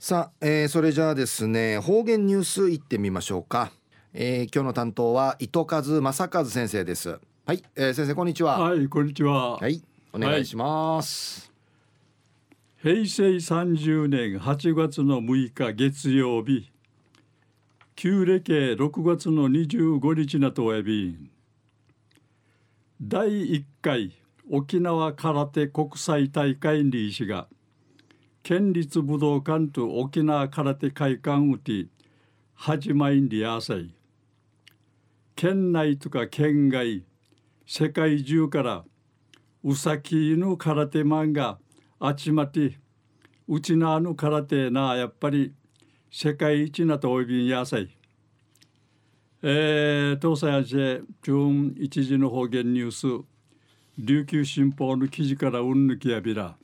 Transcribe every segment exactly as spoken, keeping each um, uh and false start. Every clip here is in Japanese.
さあ、えー、それじゃあですね、方言ニュースいってみましょうか。えー、今日の担当は糸数正和先生です。はい、えー、先生こんにちは。 はい、こんにちは。 はい、お願いします。 はい、平成さんじゅうねんはちがつのむいか月曜日、旧暦ろくがつのにじゅうごにちなとおやびん、だいいっかい沖縄空手国際大会にいしが県立武道館と沖縄空手会館うて始まりんりやさい。県内とか県外世界中からうさきの空手マンがあちまてうちなあの空手なやっぱり世界一なとおいびんやさい。えー、東西アジア中一時の方言ニュース琉球新報の記事からうんぬきやびら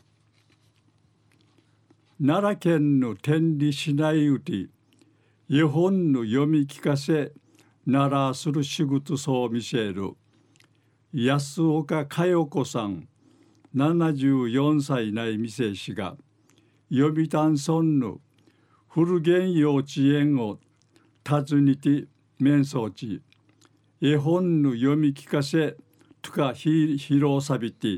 奈良県の天理市内うて日本の読み聞かせならする仕事そう見せる安岡佳代子さんななじゅうよんさいない店氏が読谷村の古源幼稚園を訪ねて面相地絵本の読み聞かせとか披露さびて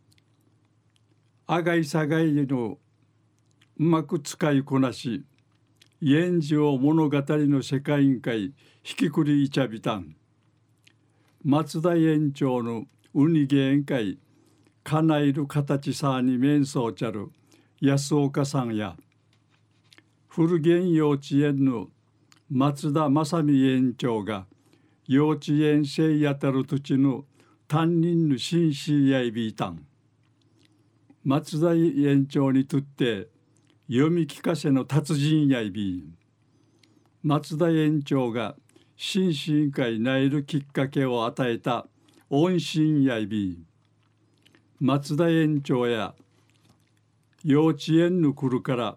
あがいさがいのうまく使いこなし演じを物語の世界委員会引きくりいちゃびたん松田園長のうにげん会かなえる形さに面相ちゃる安岡さんや古源幼稚園の松田正美園長が幼稚園生やたる土地の担任の紳士やいびいたん松田園長にとって読み聞かせの達人やいびん松田園長が紳士委員会内るきっかけを与えた恩師やいびん松田園長や幼稚園の来るから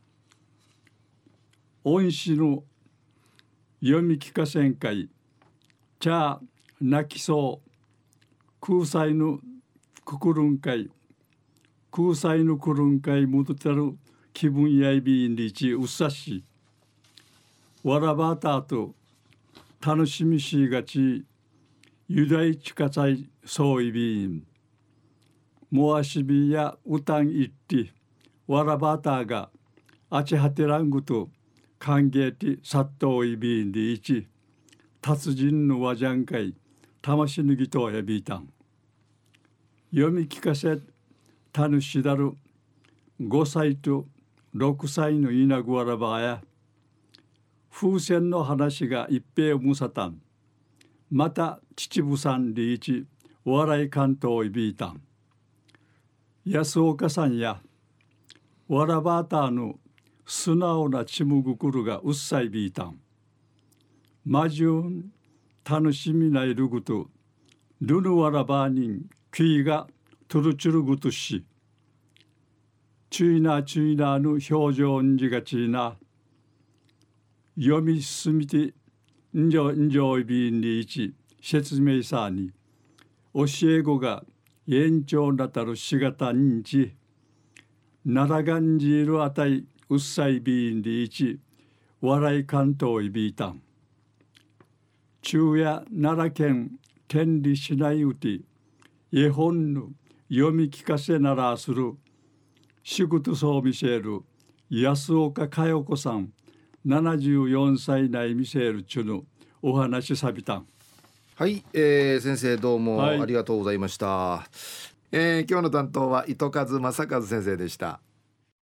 恩師の読み聞かせん会ちゃあ泣きそう空才のくくるん会空才のくるん会むとたる気分やいびんりちうっさしわらばたと楽しみしがちゆだいちかさいそういびんもあしびやうたんいってわらばたがあちはてらんぐと歓迎てさっといびんりち達人のわじゃんかい魂ぬぎとやびいたん読み聞かせたぬしだるごさいとろくさいの稲ぐわらばや風船の話が一平をむさたんまた秩父さんリーチお笑い関東いびいたん安岡さんやわらばたの素直なちむぐくるがうっさいびいたんまじゅん楽しみないるぐとルヌわらばにんきいがトゥルチュルぐとしチュイナチュイナの表情んじがちな読み進みてんじょんじょいびんにいち説明さに教え子が延長なたるしがたんちならがんじいるあたいうっさいびんにいち笑い関東いびいたん中夜奈良県天理市内うて絵本の読み聞かせならする仕事そう見せる安岡佳代子さんななじゅうよんさい内見せるちゅのお話さびたんはい、えー、先生どうもはいありがとうございました。えー、今日の担当は糸数正和先生でした。